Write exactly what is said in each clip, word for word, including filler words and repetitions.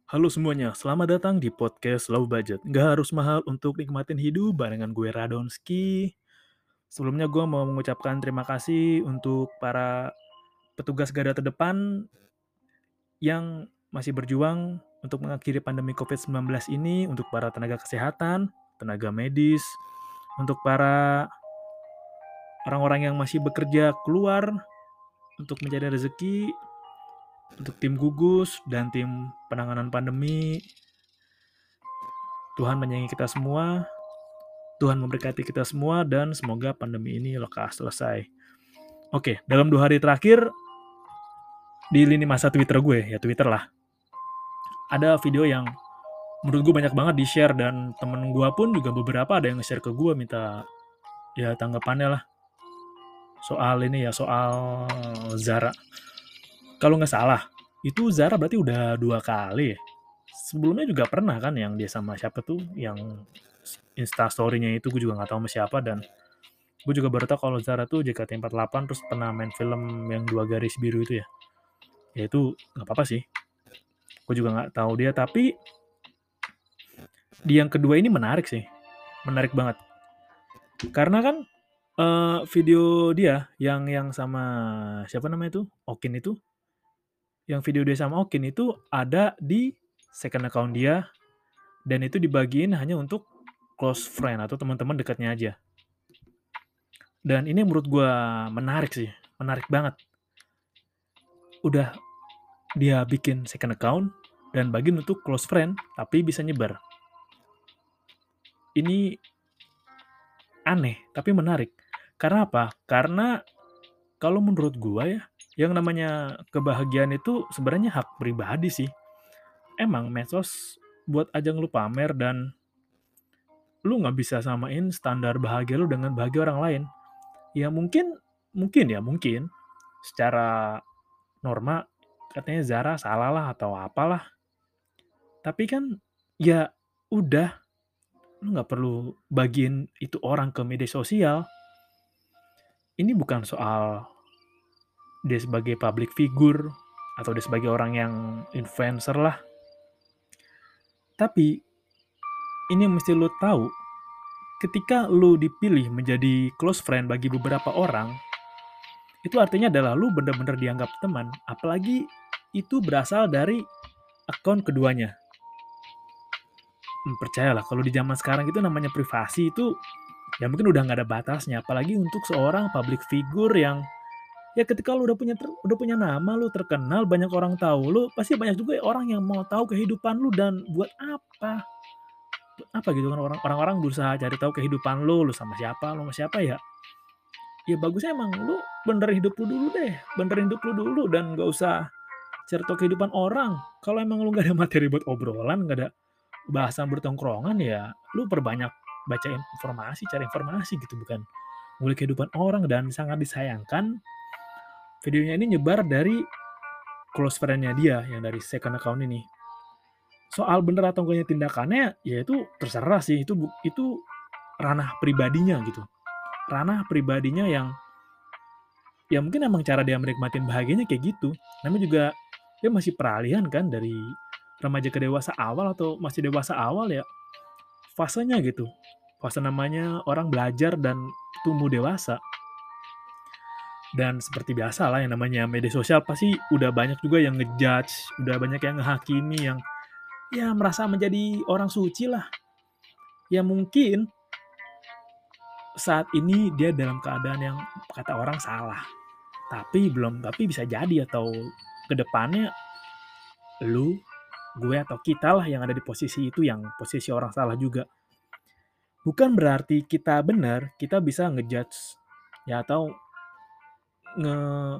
Halo semuanya, selamat datang di podcast Low Budget. Nggak harus mahal untuk nikmatin hidup barengan gue Radonski. Sebelumnya gue mau mengucapkan terima kasih untuk para petugas garda terdepan yang masih berjuang untuk mengakhiri pandemi covid sembilan belas ini, untuk para tenaga kesehatan, tenaga medis, untuk para orang-orang yang masih bekerja keluar untuk mencari rezeki, untuk tim gugus dan tim penanganan pandemi. Tuhan menyayangi kita semua. Tuhan memberkati kita semua dan semoga pandemi ini lekas selesai. Oke, dalam dua hari terakhir di lini masa Twitter gue, ya Twitter lah, ada video yang menurut gue banyak banget di-share dan temen gue pun juga beberapa ada yang nge-share ke gue minta ya tanggapannya lah soal ini ya, soal Zara. Kalau nggak salah, itu Zara berarti udah dua kali ya. Sebelumnya juga pernah kan yang dia sama siapa tuh, yang instastory-nya itu gue juga nggak tahu sama siapa, dan gue juga baru tahu kalau Zara tuh J K T empat delapan terus pernah main film yang dua garis biru itu ya. Ya itu nggak apa-apa sih. Gue juga nggak tahu dia, tapi di yang kedua ini menarik sih. Menarik banget. Karena kan uh, video dia yang yang sama siapa namanya itu? Okin itu. Yang video dia sama Okin itu ada di second account dia dan itu dibagiin hanya untuk close friend atau teman-teman dekatnya aja. Dan ini menurut gue menarik sih. Menarik banget. Udah dia bikin second account dan bagiin untuk close friend, tapi bisa nyebar. Ini aneh, tapi menarik. Karena apa? Karena kalau menurut gua ya, yang namanya kebahagiaan itu sebenarnya hak pribadi sih. Emang medsos buat ajang lu pamer dan lu nggak bisa samain standar bahagia lu dengan bahagia orang lain. Ya mungkin, mungkin ya mungkin secara norma katanya Zara salah lah atau apalah. Tapi kan ya udah, lu nggak perlu bagiin itu orang ke media sosial. Ini bukan soal dia sebagai public figure atau dia sebagai orang yang influencer lah. Tapi ini yang mesti lu tahu, ketika lu dipilih menjadi close friend bagi beberapa orang, itu artinya adalah lu bener-bener dianggap teman, apalagi itu berasal dari akun keduanya. Hmm, percayalah, kalau di zaman sekarang itu namanya privasi itu ya mungkin udah nggak ada batasnya, apalagi untuk seorang public figure yang ya ketika lu udah punya ter, udah punya nama, lu terkenal, banyak orang tahu lu, pasti banyak juga orang yang mau tahu kehidupan lu, dan buat apa? Buat apa gitu kan, orang orang-orang berusaha cari tahu kehidupan lu, lu sama siapa, lu sama siapa ya? Ya bagusnya emang lu benerin hidup lu dulu deh, benerin hidup lu dulu dan gak usah cari tahu kehidupan orang. Kalau emang lu gak ada materi buat obrolan, gak ada bahasan bertongkrongan, ya lu perbanyak baca informasi, cari informasi gitu, bukan ngulik kehidupan orang. Dan sangat disayangkan videonya ini nyebar dari close friend-nya dia yang dari second account ini. Soal bener atau enggaknya tindakannya, ya itu terserah sih, itu itu ranah pribadinya gitu. Ranah pribadinya yang ya mungkin emang cara dia menikmatin bahagianya kayak gitu. Namanya juga dia masih peralihan kan dari remaja ke dewasa awal atau masih dewasa awal ya, fasenya gitu. Fase namanya orang belajar dan tumbuh dewasa. Dan seperti biasa lah yang namanya media sosial, pasti udah banyak juga yang ngejudge, udah banyak yang ngehakimi, yang ya merasa menjadi orang suci lah. Ya mungkin saat ini dia dalam keadaan yang kata orang salah. Tapi belum, tapi bisa jadi atau kedepannya lu, gue atau kita lah yang ada di posisi itu, yang posisi orang salah juga. Bukan berarti kita benar, kita bisa ngejudge ya atau nge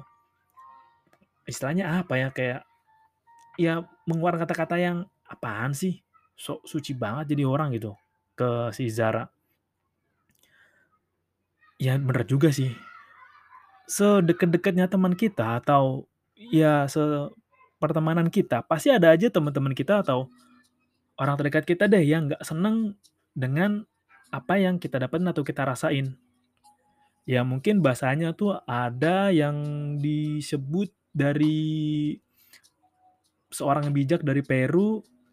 istilahnya apa ya, kayak ya mengeluarkan kata-kata yang apaan sih, sok suci banget jadi orang gitu ke si Zara. Ya bener juga sih. Sedekat-dekatnya teman kita atau ya sepertemanan kita, pasti ada aja teman-teman kita atau orang terdekat kita deh yang nggak seneng dengan apa yang kita dapetin atau kita rasain. Ya mungkin bahasanya tuh ada yang disebut dari seorang bijak dari Peru,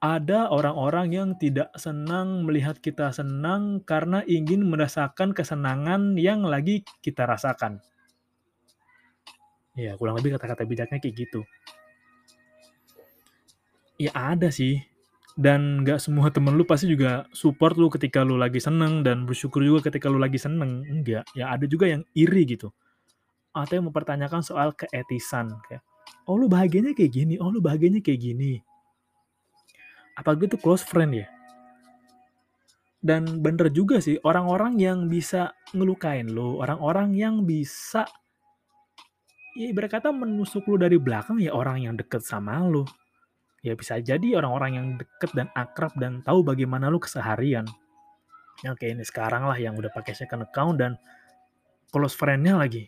ada orang-orang yang tidak senang melihat kita senang karena ingin merasakan kesenangan yang lagi kita rasakan. Ya, kurang lebih kata-kata bijaknya kayak gitu. Ya ada sih, dan nggak semua temen lu pasti juga support lu ketika lu lagi seneng dan bersyukur juga ketika lu lagi seneng, enggak. Ya ada juga yang iri gitu, atau yang mempertanyakan soal keetisan, kayak, "Oh lu bahagianya kayak gini, oh lu bahagianya kayak gini." Apalagi tuh close friend ya. Dan bener juga sih, orang-orang yang bisa ngelukain lu, orang-orang yang bisa, ya ibarat kata menusuk lu dari belakang ya orang yang deket sama lu. Ya bisa jadi orang-orang yang deket dan akrab dan tahu bagaimana lu keseharian. Yang kayak ini sekarang lah yang udah pakai second account dan close friend-nya lagi.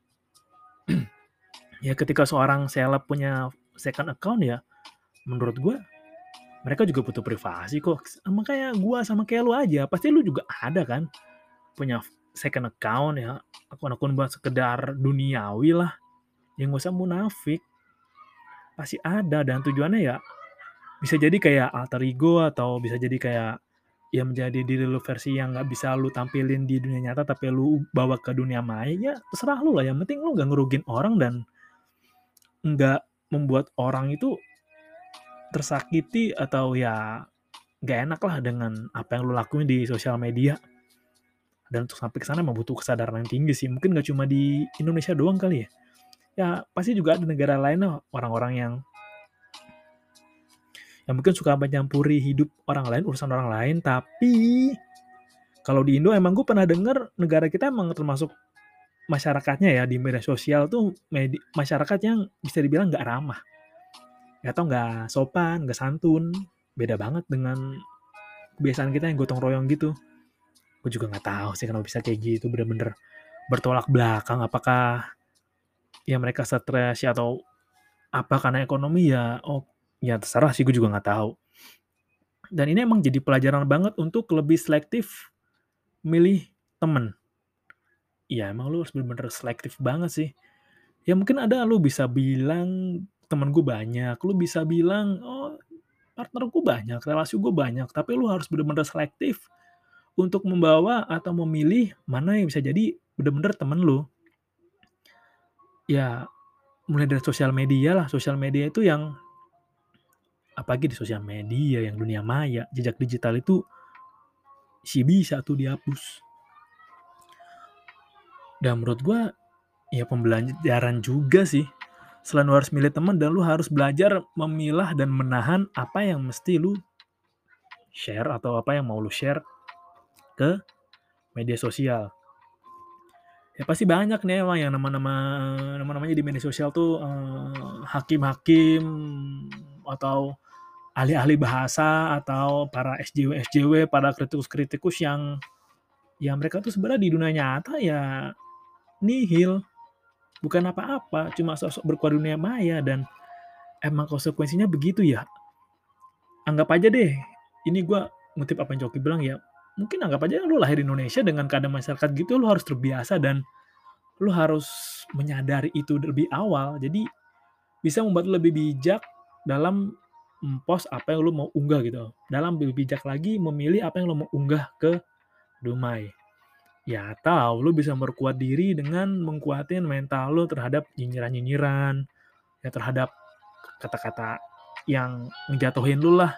Ya ketika seorang seleb punya second account ya, menurut gue mereka juga butuh privasi kok. Sama kayak gue sama kayak lu aja, pasti lu juga ada kan punya second account ya, akun-akun buat sekedar duniawi lah. Yang gak usah munafik. Pasti ada dan tujuannya ya bisa jadi kayak alter ego atau bisa jadi kayak ya menjadi diri lu versi yang nggak bisa lu tampilin di dunia nyata tapi lu bawa ke dunia maya, ya terserah lu lah. Yang penting lu nggak ngerugin orang dan nggak membuat orang itu tersakiti atau ya nggak enak lah dengan apa yang lu lakuin di sosial media. Dan untuk sampai ke sana emang butuh kesadaran yang tinggi sih. Mungkin nggak cuma di Indonesia doang kali ya. Ya pasti juga ada negara lain lah orang-orang yang yang mungkin suka mencampuri hidup orang lain, urusan orang lain, tapi kalau di Indo emang gue pernah denger negara kita emang termasuk masyarakatnya ya di media sosial tuh medi- masyarakat yang bisa dibilang nggak ramah, atau nggak sopan, nggak santun, beda banget dengan kebiasaan kita yang gotong royong gitu. Gue juga nggak tahu sih kenapa bisa kayak gitu, bener-bener bertolak belakang. Apakah ya mereka stres ya atau apa karena ekonomi ya? Oh ya terserah sih, gue juga nggak tahu. Dan ini emang jadi pelajaran banget untuk lebih selektif milih temen. Iya emang lu harus bener-bener selektif banget sih. Ya mungkin ada lu bisa bilang temen gue banyak, lu bisa bilang oh partner gue banyak, relasi gue banyak, tapi lu harus bener-bener selektif untuk membawa atau memilih mana yang bisa jadi bener-bener temen lu. Ya mulai dari sosial media lah, sosial media itu yang apalagi di sosial media yang dunia maya, jejak digital itu si bisa tuh dihapus. Dan menurut gue ya pembelajaran juga sih. Selain lu harus milih teman dan lu harus belajar memilah dan menahan apa yang mesti lu share atau apa yang mau lu share ke media sosial. Ya pasti banyak nih emang yang nama-nama nama-namanya di media sosial tuh eh, hakim-hakim atau ahli-ahli bahasa atau para S J W S J W, para kritikus-kritikus yang ya mereka tuh sebenarnya di dunia nyata ya nihil, bukan apa-apa, cuma sosok berkuat dunia maya dan emang konsekuensinya begitu ya. Anggap aja deh, ini gue ngutip apa yang Coki bilang ya, mungkin anggap aja lu lahir di Indonesia dengan keadaan masyarakat gitu, lu harus terbiasa dan lu harus menyadari itu lebih awal. Jadi bisa membuat lu lebih bijak dalam post apa yang lu mau unggah gitu. Dalam lebih bijak lagi memilih apa yang lu mau unggah ke Dumai. Ya atau lu bisa memperkuat diri dengan mengkuatin mental lu terhadap nyinyiran-nyinyiran, ya terhadap kata-kata yang ngejatuhin lu lah.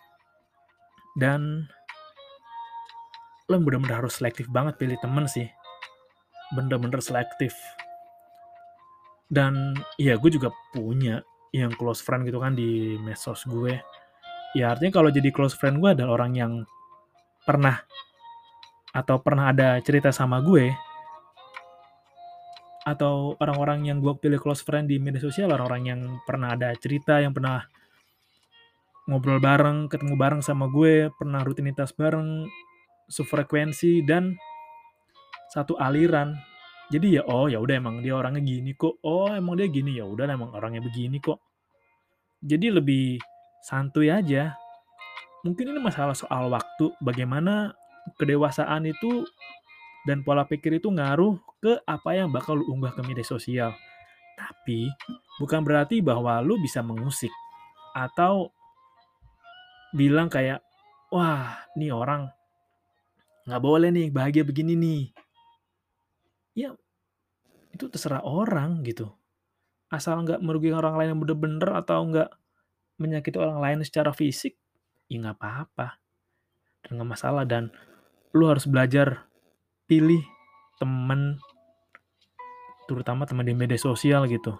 Dan lo bener-bener harus selektif banget pilih temen sih, bener-bener selektif. Dan ya gue juga punya yang close friend gitu kan di medsos gue. Ya artinya kalau jadi close friend gue adalah orang yang pernah atau pernah ada cerita sama gue, atau orang-orang yang gue pilih close friend di media sosial, orang-orang yang pernah ada cerita, yang pernah ngobrol bareng, ketemu bareng sama gue, pernah rutinitas bareng, sefrekuensi dan satu aliran. Jadi ya oh ya udah emang dia orangnya gini kok. Oh emang dia gini, ya udah emang orangnya begini kok. Jadi lebih santuy aja. Mungkin ini masalah soal waktu, bagaimana kedewasaan itu dan pola pikir itu ngaruh ke apa yang bakal lu unggah ke media sosial. Tapi bukan berarti bahwa lu bisa mengusik atau bilang kayak, wah nih orang nggak boleh nih bahagia begini nih. Ya itu terserah orang gitu. Asal nggak merugikan orang lain yang bener-bener atau nggak menyakiti orang lain secara fisik, ya nggak apa-apa dan nggak masalah. Dan lu harus belajar pilih temen, terutama teman di media sosial gitu.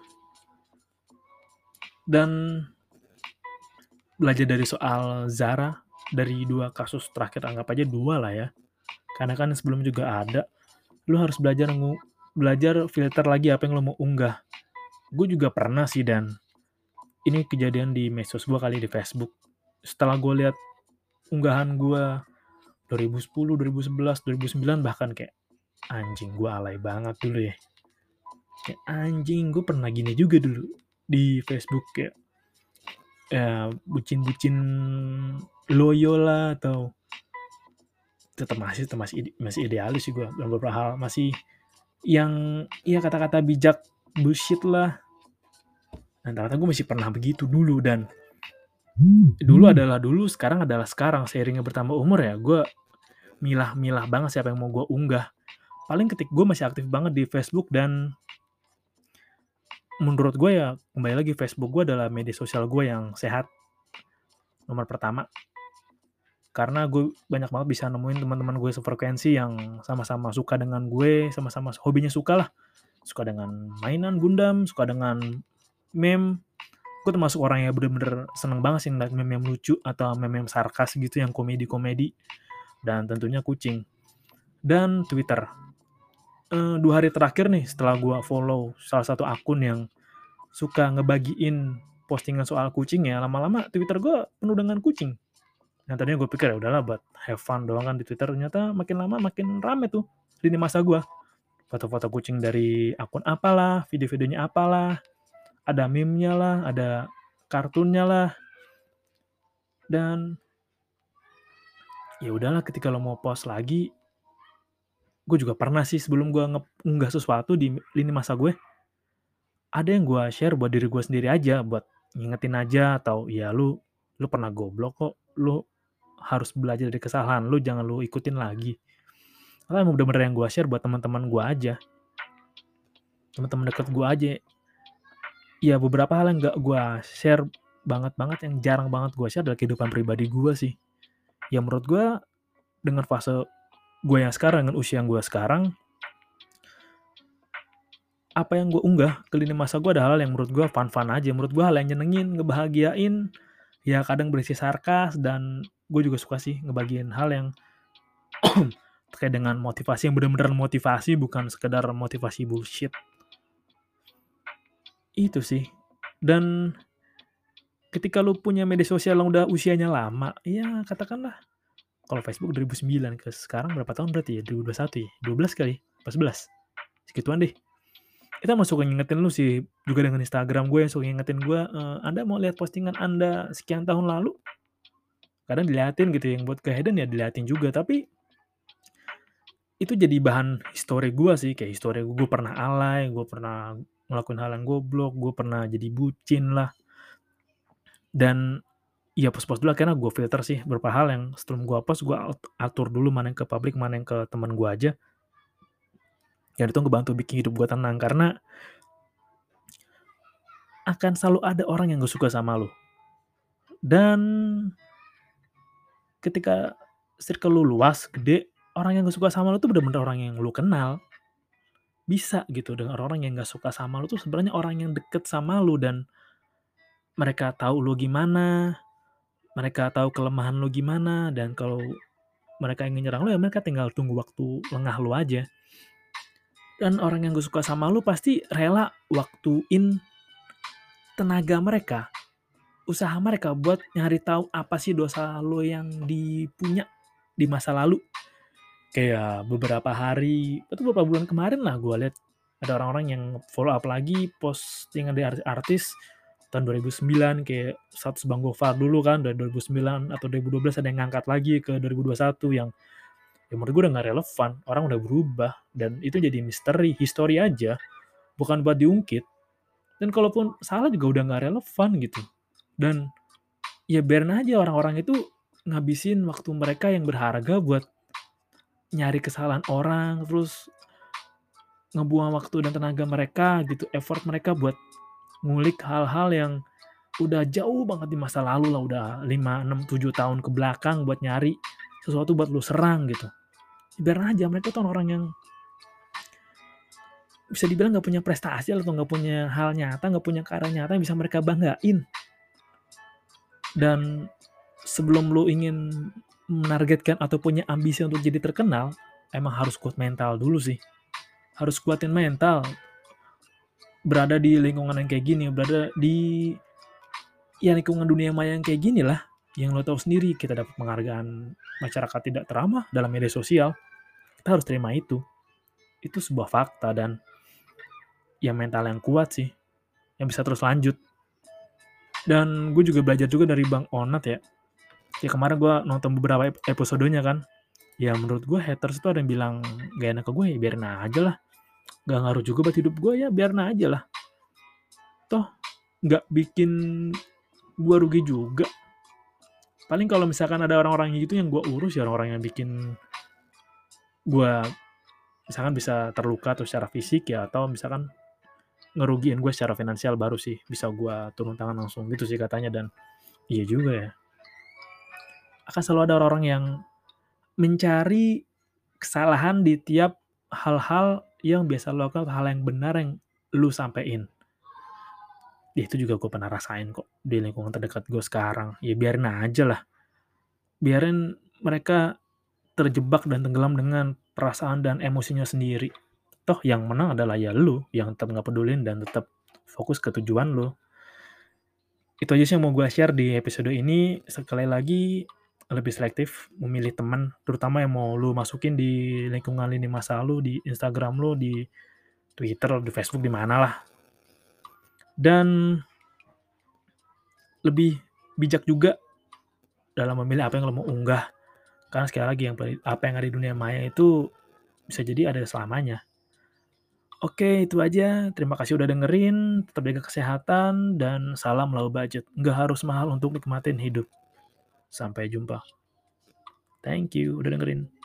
Dan belajar dari soal Zara, dari dua kasus terakhir, anggap aja dua lah ya. Karena kan sebelum juga ada, lu harus belajar ngu, belajar filter lagi apa yang lu mau unggah. Gue juga pernah sih, dan ini kejadian di medsos gue kali, di Facebook. Setelah gue lihat unggahan gue dua ribu sepuluh, dua ribu sebelas, dua ribu sembilan, bahkan kayak anjing gue alay banget dulu ya. Kayak anjing gue pernah gini juga dulu di Facebook, kayak ya bucin-bucin loyo lah, atau tetap masih tetap masih ide, masih idealis sih gue dalam beberapa hal, masih yang ya kata-kata bijak bullshit lah. Dan ternyata gue masih pernah begitu dulu, dan dulu adalah dulu, sekarang adalah sekarang. Seiringnya bertambah umur ya, gue milah-milah banget siapa yang mau gue unggah. Paling ketik gue masih aktif banget di Facebook, dan menurut gue ya kembali lagi, Facebook gue adalah media sosial gue yang sehat nomor pertama, karena gue banyak banget bisa nemuin teman-teman gue sefrekuensi yang sama-sama suka dengan gue, sama-sama hobinya suka lah, suka dengan mainan Gundam, suka dengan meme. Gue termasuk orang yang bener-bener seneng banget sih ngeliat meme yang lucu atau meme yang sarkas gitu, yang komedi-komedi. Dan tentunya kucing. Dan Twitter. E, dua hari terakhir nih, setelah gue follow salah satu akun yang suka ngebagiin postingan soal kucing ya, lama-lama Twitter gue penuh dengan kucing. Yang tadinya gue pikir ya udahlah buat have fun doang kan di Twitter, ternyata makin lama makin rame tuh lini masa gue. Foto-foto kucing dari akun apalah, video-videonya apalah, ada meme-nya lah, ada kartunnya lah. Dan ya udahlah, ketika lo mau post lagi, gue juga pernah sih sebelum gue ngunggah sesuatu di lini masa gue, ada yang gue share buat diri gue sendiri aja, buat ngingetin aja, atau ya lu lu pernah goblok kok, lu harus belajar dari kesalahan lu, jangan lu ikutin lagi. Karena emang bener-bener yang gue share buat teman-teman gue aja, teman-teman deket gue aja. Ya beberapa hal yang gak gue share banget-banget, yang jarang banget gue share adalah kehidupan pribadi gue sih. Ya menurut gue, dengan fase gue yang sekarang, dengan usia yang gue sekarang, apa yang gue unggah ke lini masa gue adalah hal yang menurut gue fun-fun aja. Menurut gue hal yang nyenengin, ngebahagiain, ya kadang berisi sarkas, dan gue juga suka sih ngebagiin hal yang terkait dengan motivasi, yang benar-benar motivasi, bukan sekedar motivasi bullshit. Itu sih. Dan ketika lu punya media sosial yang udah usianya lama, ya katakanlah kalau Facebook dua ribu sembilan ke sekarang berapa tahun berarti ya? dua ribu dua puluh satu ya? dua belas kali? Pas sebelas? Segituan deh. Kita mau suka ngingetin lu sih, juga dengan Instagram gue yang suka ngingetin gue, e, Anda mau lihat postingan Anda sekian tahun lalu? Kadang diliatin gitu, yang buat kehedan ya diliatin juga, tapi itu jadi bahan histori gue sih, kayak histori gue pernah alay, gue pernah ngelakuin hal yang goblok, gue pernah jadi bucin lah. Dan ya post-post dulu, akhirnya gue filter sih beberapa hal yang sebelum gue post, gue atur dulu mana yang ke publik, mana yang ke teman gue aja. Dan itu ngebantu bikin hidup gue tenang, karena akan selalu ada orang yang gak suka sama lo. Dan ketika circle lu luas, gede, orang yang gak suka sama lo tuh bener-bener orang yang lu kenal. Bisa gitu, dengan orang-orang yang gak suka sama lo tuh sebenarnya orang yang deket sama lo, dan mereka tahu lo gimana, mereka tahu kelemahan lo gimana, dan kalau mereka ingin nyerang lo ya mereka tinggal tunggu waktu lengah lo aja. Dan orang yang gak suka sama lo pasti rela waktuin tenaga mereka, usaha mereka buat nyari tahu apa sih dosa lo yang dipunya di masa lalu. Kayak beberapa hari, itu beberapa bulan kemarin lah, gue lihat ada orang-orang yang follow up lagi postingan dari artis tahun dua ribu sembilan, kayak status Bang Gofar dulu kan, dari dua ribu sembilan atau dua ribu dua belas ada yang ngangkat lagi ke dua ribu dua puluh satu, yang ya menurut gue udah gak relevan, orang udah berubah, dan itu jadi misteri, histori aja, bukan buat diungkit. Dan kalaupun salah juga udah gak relevan gitu. Dan ya biarin aja orang-orang itu ngabisin waktu mereka yang berharga buat nyari kesalahan orang, terus ngebuang waktu dan tenaga mereka gitu, effort mereka buat ngulik hal-hal yang udah jauh banget di masa lalu lah, udah lima, enam, tujuh tahun ke belakang buat nyari sesuatu buat lu serang gitu. Biarin aja, mereka tuh orang yang bisa dibilang nggak punya prestasi atau nggak punya hal nyata, nggak punya karya nyata yang bisa mereka banggain. Dan sebelum lu ingin menargetkan atau punya ambisi untuk jadi terkenal, emang harus kuat mental dulu sih. Harus kuatin mental. Berada di lingkungan yang kayak gini, berada di ya lingkungan dunia maya yang kayak gini lah. Yang lo tahu sendiri, kita dapat penghargaan masyarakat tidak teramah dalam media sosial. Kita harus terima itu. Itu sebuah fakta dan ya mental yang kuat sih. Yang bisa terus lanjut. Dan gue juga belajar juga dari Bang Onat ya. Ya kemarin gue nonton beberapa episodenya kan. Ya menurut gue haters tuh ada yang bilang gak enak ke gue, ya biarin aja lah. Gak ngaruh juga buat hidup gue, ya biarin aja lah. Toh gak bikin gue rugi juga. Paling kalau misalkan ada orang-orang gitu yang gue urus, ya orang-orang yang bikin gue misalkan bisa terluka atau secara fisik ya, atau misalkan ngerugiin gue secara finansial, baru sih bisa gue turun tangan langsung gitu sih katanya. Dan iya juga ya, akan selalu ada orang-orang yang mencari kesalahan di tiap hal-hal yang biasa lo lakukan, hal yang benar yang lu sampein. Ya itu juga gue pernah rasain kok di lingkungan terdekat gue sekarang. Ya biarin aja lah. Biarin mereka terjebak dan tenggelam dengan perasaan dan emosinya sendiri. Toh yang menang adalah ya lu, yang tetap nggak pedulin dan tetap fokus ke tujuan lu. Itu aja sih yang mau gue share di episode ini. Sekali lagi, lebih selektif memilih teman, terutama yang mau lu masukin di lingkungan lini masa lu, di Instagram lu, di Twitter, di Facebook, di mana lah. Dan lebih bijak juga dalam memilih apa yang lo mau unggah. Karena sekali lagi, yang apa yang ada di dunia maya itu bisa jadi ada selamanya. Oke, itu aja. Terima kasih udah dengerin. Tetap jaga kesehatan dan salam low budget. Nggak harus mahal untuk nikmatin hidup. Sampai jumpa. Thank you udah dengerin.